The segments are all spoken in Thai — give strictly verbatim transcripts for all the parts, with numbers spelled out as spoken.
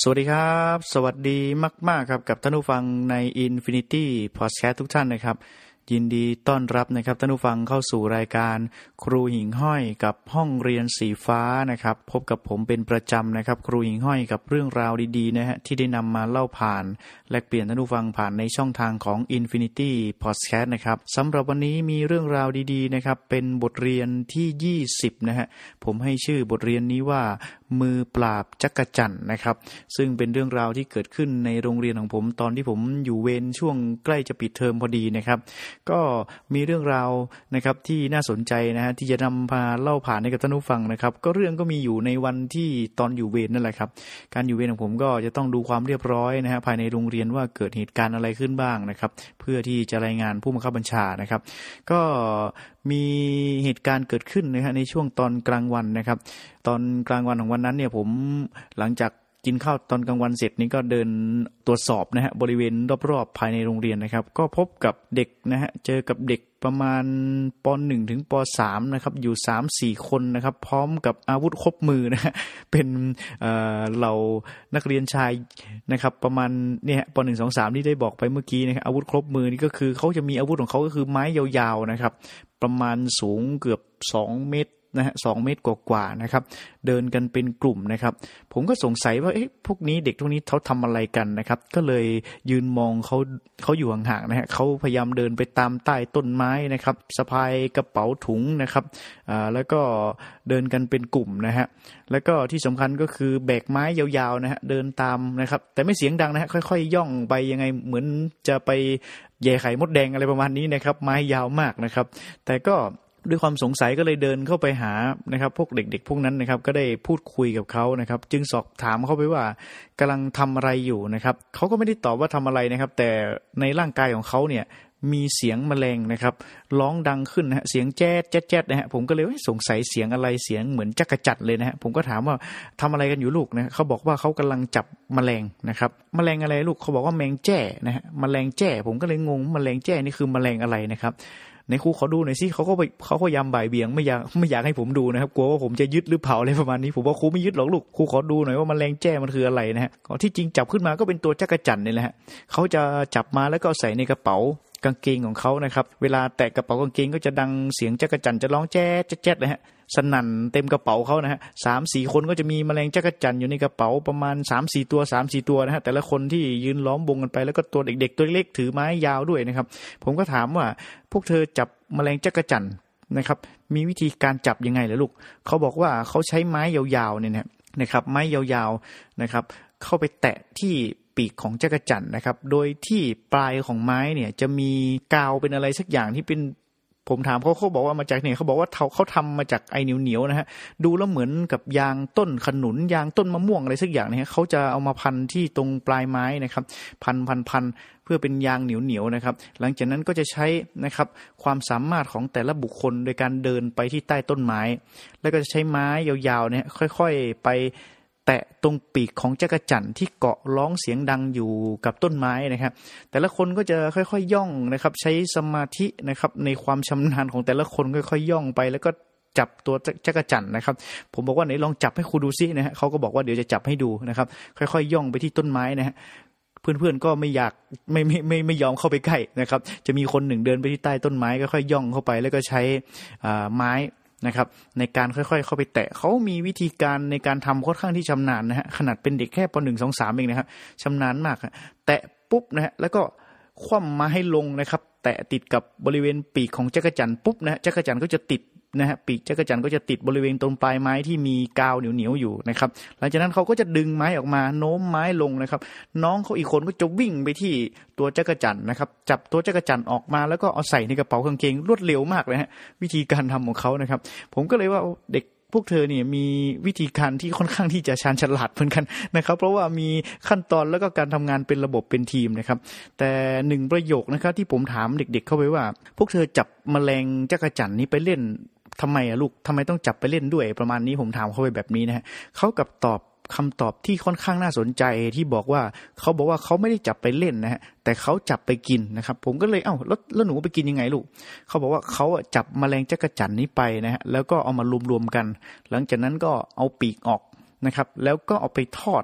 วัสดีครับสวัสดีมากๆครับกับท่านผู้ฟังใน Infinity Podcast ทุกท่านนะครับยินดีต้อนรับนะครับท่านผู้ฟังเข้าสู่รายการครูหิ่งห้อยกับห้องเรียนสีฟ้านะครับพบกับผมเป็นประจำนะครับครูหิ่งห้อยกับเรื่องราวดีๆนะฮะที่ได้นำมาเล่าผ่านแลกเปลี่ยนท่านผู้ฟังผ่านในช่องทางของ Infinity Podcast นะครับสำหรับวันนี้มีเรื่องราวดีๆนะครับเป็นบทเรียนที่ยี่สิบนะฮะผมให้ชื่อบทเรียนนี้ว่ามือปราบจักจั่นนะครับซึ่งเป็นเรื่องราวที่เกิดขึ้นในโรงเรียนของผมตอนที่ผมอยู่เวรช่วงใกล้จะปิดเทอมพอดีนะครับก็มีเรื่องราวนะครับที่น่าสนใจนะฮะที่จะนำมาเล่าผ่านให้กับท่านผู้ฟังนะครับก็เรื่องก็มีอยู่ในวันที่ตอนอยู่เวรนั่นแหละครับการอยู่เวรของผมก็จะต้องดูความเรียบร้อยนะฮะภายในโรงเรียนว่าเกิดเหตุการณ์อะไรขึ้นบ้างนะครับเพื่อที่จะรายงานผู้บังคับบัญชานะครับก็มีเหตุการณ์เกิดขึ้นนะฮะในช่วงตอนกลางวันนะครับตอนกลางวันของวันนั้นเนี่ยผมหลังจากกินข้าวตอนกลางวันเสร็จนี่ก็เดินตรวจสอบนะฮะบริเวณรอบๆภายในโรงเรียนนะครับก็พบกับเด็กนะฮะเจอกับเด็กประมาณป หนึ่ง ถึงป สาม นะครับอยู่ สามสี่ คนนะครับพร้อมกับอาวุธครบมือนะฮะเป็นเอ่อเหล่านักเรียนชายนะครับประมาณเนี่ยป หนึ่ง สอง สาม ที่ได้บอกไปเมื่อกี้นะครับอาวุธครบมือนี่ก็คือเขาจะมีอาวุธของเขาก็คือไม้ยาวๆนะครับประมาณสูงเกือบสองเมตรนะฮะสองเมตรกว่าๆนะครับเดินกันเป็นกลุ่มนะครับผมก็สงสัยว่าเอ๊ะพวกนี้เด็กพวกนี้เขาทำอะไรกันนะครับก็เลยยืนมองเขาเขาอยู่ห่างๆนะฮะเขาพยายามเดินไปตามใต้ต้นไม้นะครับสะพายกระเป๋าถุงนะครับอ่าแล้วก็เดินกันเป็นกลุ่มนะฮะแล้วก็ที่สำคัญก็คือแบกไม้ยาวๆนะฮะเดินตามนะครับแต่ไม่เสียงดังนะฮะค่อยๆย่องไปยังไงเหมือนจะไปแย่ไข่มดแดงอะไรประมาณนี้นะครับไม้ยาวมากนะครับแต่ก็ด้วยความสงสัยก็เลยเดินเข้าไปหานะครับพวกเด็กๆพวกนั้นนะครับก็ได้พูดคุยกับเขานะครับจึงสอบถามเขาไปว่ากำลังทำอะไรอยู่นะครับเขาก็ไม่ได้ตอบว่าทำอะไรนะครับแต่ในร่างกายของเขาเนี่ยมีเสียงแมลงนะครับร้องดังขึ้นนะฮะเสียงแจ๊ดแจ๊ดแจ๊ดนะฮะผมก็เลยสงสัยเสียงอะไรเสียงเหมือนจักรจั่นเลยนะฮะผมก็ถามว่าทำอะไรกันอยู่ลูกนะเขาบอกว่าเขากำลังจับแมลงนะครับแมลงอะไรลูกเขาบอกว่าแมงแจ้นะฮะแมลงแจ้ผมก็เลยงงแมลงแจ้นี่คือแมลงอะไรนะครับในครูขอดูหน่อยสิเขาก็ไปเขาก็ยำบ่ายเบี่ยงไม่อยากไม่อยากให้ผมดูนะครับกลัวว่าผมจะยึดหรือเผาอะไรประมาณนี้ผมว่าครูไม่ยึดหรอกลูกครูขอดูหน่อยว่าแมลงแจ้มันคืออะไรนะฮะที่จริงจับขึ้นมาก็เป็นตัวจักรจั่นนี่แหละฮะเขาจะจับมาแล้วก็ใส่ในกระเป๋ากางเกงของเขานะครับเวลาแตะกระเป๋ากางเกงก็จะดังเสียงจักรจั่นจะร้องแจ๊ดแจ๊ดเลยฮะสนั่นเต็มกระเป๋าเขานะฮะ สามสี่ คนก็จะมีแมลงจักรจั่นอยู่ในกระเป๋าประมาณ สามสี่ ตัว สามสี่ ตัวนะฮะแต่ละคนที่ยืนล้อมวงกันไปแล้วก็ตัวเด็กๆตัวเล็กๆถือไม้ยาวด้วยนะครับผมก็ถามว่าพวกเธอจับแมลงจักรจั่นนะครับมีวิธีการจับยังไงเหรอลูกเขาบอกว่าเขาใช้ไม้ยาวๆเนี่ยนะครับไม้ยาวๆนะครับเข้าไปแตะที่ปีกของจักรจั่นนะครับโดยที่ปลายของไม้เนี่ยจะมีกาวเป็นอะไรสักอย่างที่เป็นผมถามเขาเขาบอกว่ามาจากไหนเขาบอกว่าเขาเขาทำมาจากไอเหนียวๆนะฮะดูแล้วเหมือนกับยางต้นขนุนยางต้นมะม่วงอะไรสักอย่างนะฮะเขาจะเอามาพันที่ตรงปลายไม้นะครับพันพันพันเพื่อเป็นยางเหนียวๆนะครับหลังจากนั้นก็จะใช้นะครับความสามารถของแต่ละบุคคลโดยการเดินไปที่ใต้ต้นไม้แล้วก็จะใช้ไม้ยาวๆเนี่ยค่อยๆไปแตะตรงปีกของจักรจั่นที่เกาะร้องเสียงดังอยู่กับต้นไม้นะครับแต่ละคนก็จะค่อยๆย่องนะครับใช้สมาธินะครับในความชำนาญของแต่ละคนค่อยๆย่องไปแล้วก็จับตัวจักรจั่นนะครับผมบอกว่าไหนลองจับให้ครูดูซินะฮะเขาก็บอกว่าเดี๋ยวจะจับให้ดูนะครับค่อยๆย่องไปที่ต้นไม้นะฮะเพื่อนๆก็ไม่อยากไม่ไม่ไม่ไม่ยอมเข้าไปใกล้นะครับจะมีคนหนึ่งเดินไปที่ใต้ต้นไม้ก็ค่อยย่องเข้าไปแล้วก็ใช้อ่าไม้นะครับในการค่อยๆเข้าไปแตะเขามีวิธีการในการทำค่อนข้างที่ชำนาญนะฮะขนาดเป็นเด็กแค่ป หนึ่ง สอง สามเองนะครับชำนาญมากแตะปุ๊บนะฮะแล้วก็คว่ำมาให้ลงนะครับแตะติดกับบริเวณปีกของจักรจั่นปุ๊บนะฮะจักรจั่นก็จะติดนะฮะปีกจักรจั่นก็จะติดบริเวณตรงปลายไม้ที่มีกาวเหนียวๆอยู่นะครับหลังจากนั้นเขาก็จะดึงไม้ออกมาโน้มไม้ลงนะครับน้องเขาอีกคนก็จะวิ่งไปที่ตัวจักรจั่นนะครับจับตัวจักรจั่นออกมาแล้วก็เอาใส่ในกระเป๋ากางเกงรวดเร็วมากเลยฮะวิธีการทำของเขานะครับผมก็เลยว่าเด็กพวกเธอเนี่ยมีวิธีการที่ค่อนข้างที่จะชาญฉลาดเหมือนกันนะครับเพราะว่ามีขั้นตอนแล้วก็การทำงานเป็นระบบเป็นทีมนะครับแต่หนึ่งประโยคนะครับที่ผมถามเด็กๆเข้าไปว่าพวกเธอจับแมลงจักรจั่นนี้ไปเล่นทำไมอะลูกทำไมต้องจับไปเล่นด้วยประมาณนี้ผมถามเขาไปแบบนี้นะฮะเขากับตอบคำตอบที่ค่อนข้างน่าสนใจที่บอกว่าเขาบอกว่าเขาไม่ได้จับไปเล่นนะฮะแต่เขาจับไปกินนะครับผมก็เลยเอ้าแล้วแล้วหนูไปกินยังไงลูกเขาบอกว่าเขาจับแมลงจักรจั่นนี้ไปนะฮะแล้วก็เอามารวมๆกันหลังจากนั้นก็เอาปีกออกนะครับแล้วก็เอาไปทอด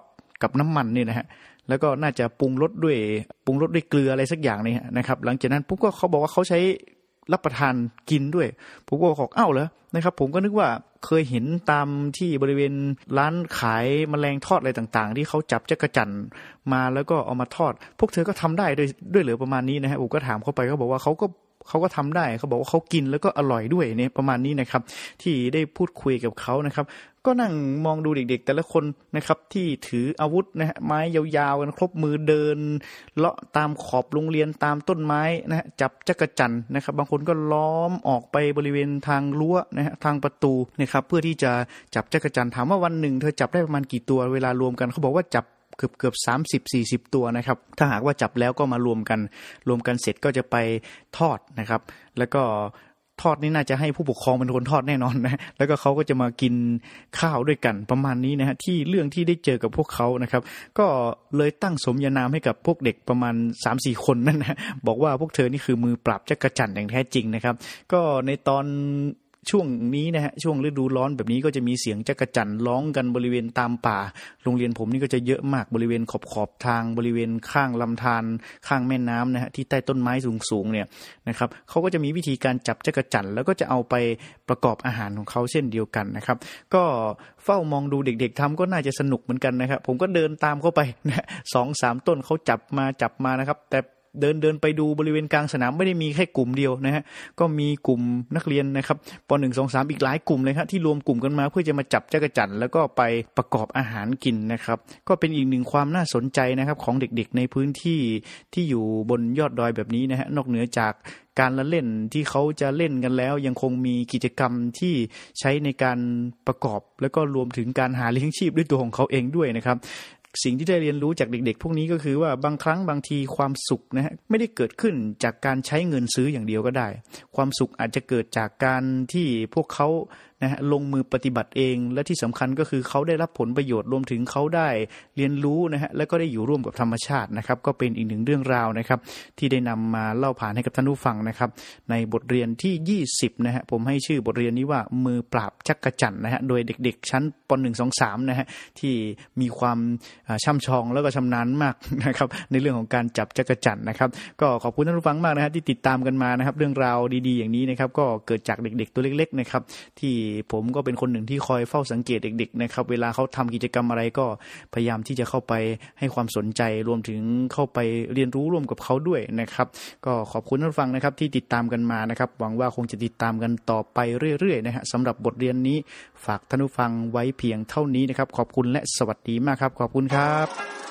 กับน้ำมันนี่นะฮะแล้วก็น่าจะปรุงรสด้วยปรุงรสด้วยเกลืออะไรสักอย่างนี่นะครับหลังจากนั้นปุ๊บก็เขาบอกว่าเขาใช้รับประทานกินด้วยผมก็บอกอ้าวเหรอนะครับผมก็นึกว่าเคยเห็นตามที่บริเวณร้านขายแมลงทอดอะไรต่างๆที่เขาจับจักจั่นมาแล้วก็เอามาทอดพวกเธอก็ทำได้ด้วยด้วยเหรือประมาณนี้นะฮะผมก็ถามเขาไปเขาบอกว่าเขาก็เขาก็ทำได้เขาบอกว่าเขากินแล้วก็อร่อยด้วยเนี่ยประมาณนี้นะครับที่ได้พูดคุยกับเขานะครับก็นั่งมองดูเด็กๆแต่ละคนนะครับที่ถืออาวุธนะฮะไม้ยาวๆกันครบมือเดินเลาะตามขอบโรงเรียนตามต้นไม้นะฮะจับจักจั่นนะครับบางคนก็ล้อมออกไปบริเวณทางรั้วนะฮะทางประตูนะครับเพื่อที่จะจับจักจั่นถามว่าวันหนึ่งเธอจับได้ประมาณกี่ตัวเวลารวมกันเขาบอกว่าจับเกือบเกือบสามสิบสี่สิบตัวนะครับถ้าหากว่าจับแล้วก็มารวมกันรวมกันเสร็จก็จะไปทอดนะครับแล้วก็ทอดนี่น่าจะให้ผู้ปกครองเป็นคนทอดแน่นอนนะแล้วก็เขาก็จะมากินข้าวด้วยกันประมาณนี้นะฮะที่เรื่องที่ได้เจอกับพวกเขานะครับก็เลยตั้งสมญานามให้กับพวกเด็กประมาณ สามสี่ คนนั่นนะบอกว่าพวกเธอนี่คือมือปราบจักจั่นอย่างแท้จริงนะครับก็ในตอนช่วงนี้นะฮะช่วงฤดูร้อนแบบนี้ก็จะมีเสียงจักจั่นร้องกันบริเวณตามป่าโรงเรียนผมนี่ก็จะเยอะมากบริเวณขอบขอบทางบริเวณข้างลำธารข้างแม่น้ำนะฮะที่ใต้ต้นไม้สูงๆเนี่ยนะครับเขาก็จะมีวิธีการจับจักจั่นแล้วก็จะเอาไปประกอบอาหารของเขาเช่นเดียวกันนะครับก็เฝ้ามองดูเด็กๆทำก็น่าจะสนุกเหมือนกันนะครับผมก็เดินตามเข้าไปนะสองสามต้นเขาจับมาจับมานะครับแต่เดินเดินไปดูบริเวณกลางสนามไม่ได้มีแค่กลุ่มเดียวนะฮะก็มีกลุ่มนักเรียนนะครับป หนึ่ง สอง สามอีกหลายกลุ่มเลยครับที่รวมกลุ่มกันมาเพื่อจะมาจับจักจั่นแล้วก็ไปประกอบอาหารกินนะครับก็เป็นอีกหนึ่งความน่าสนใจนะครับของเด็กๆในพื้นที่ที่อยู่บนยอดดอยแบบนี้นะฮะนอกเหนือจากการละเล่นที่เขาจะเล่นกันแล้วยังคงมีกิจกรรมที่ใช้ในการประกอบแล้วก็รวมถึงการหาเลี้ยงชีพด้วยตัวของเขาเองด้วยนะครับสิ่งที่ได้เรียนรู้จากเด็กๆพวกนี้ก็คือว่าบางครั้งบางทีความสุขนะฮะไม่ได้เกิดขึ้นจากการใช้เงินซื้ออย่างเดียวก็ได้ความสุขอาจจะเกิดจากการที่พวกเขานะฮะลงมือปฏิบัติเองและที่สำคัญก็คือเขาได้รับผลประโยชน์รวมถึงเขาได้เรียนรู้นะฮะและก็ได้อยู่ร่วมกับธรรมชาตินะครับก็เป็นอีกหนึ่งเรื่องราวนะครับที่ได้นำมาเล่าผ่านให้กับท่านผู้ฟังนะครับในบทเรียนที่ยี่สิบนะฮะผมให้ชื่อบทเรียนนี้ว่ามือปราบจักจั่นนะฮะโดยเด็กๆชั้นป หนึ่ง สอง สามนะฮะที่มีความช่ำชองแล้วก็ชำนาญมากนะครับในเรื่องของการจับจักจั่นนะครับก็ขอบคุณท่านผู้ฟังมากนะฮะที่ติดตามกันมานะครับเรื่องราวดีๆอย่างนี้นะครับก็เกิดจากเด็กๆตัวเล็กๆนะครับที่ผมก็เป็นคนหนึ่งที่คอยเฝ้าสังเกตเด็กๆนะครับเวลาเขาทำกิจกรรมอะไรก็พยายามที่จะเข้าไปให้ความสนใจรวมถึงเข้าไปเรียนรู้ร่วมกับเขาด้วยนะครับก็ขอบคุณท่านผู้ฟังนะครับที่ติดตามกันมานะครับหวังว่าคงจะติดตามกันต่อไปเรื่อยๆนะฮะสำหรับบทเรียนนี้ฝากท่านผู้ฟังไว้เพียงเท่านี้นะครับขอบคุณและสวัสดีมากครับขอบคุณครับ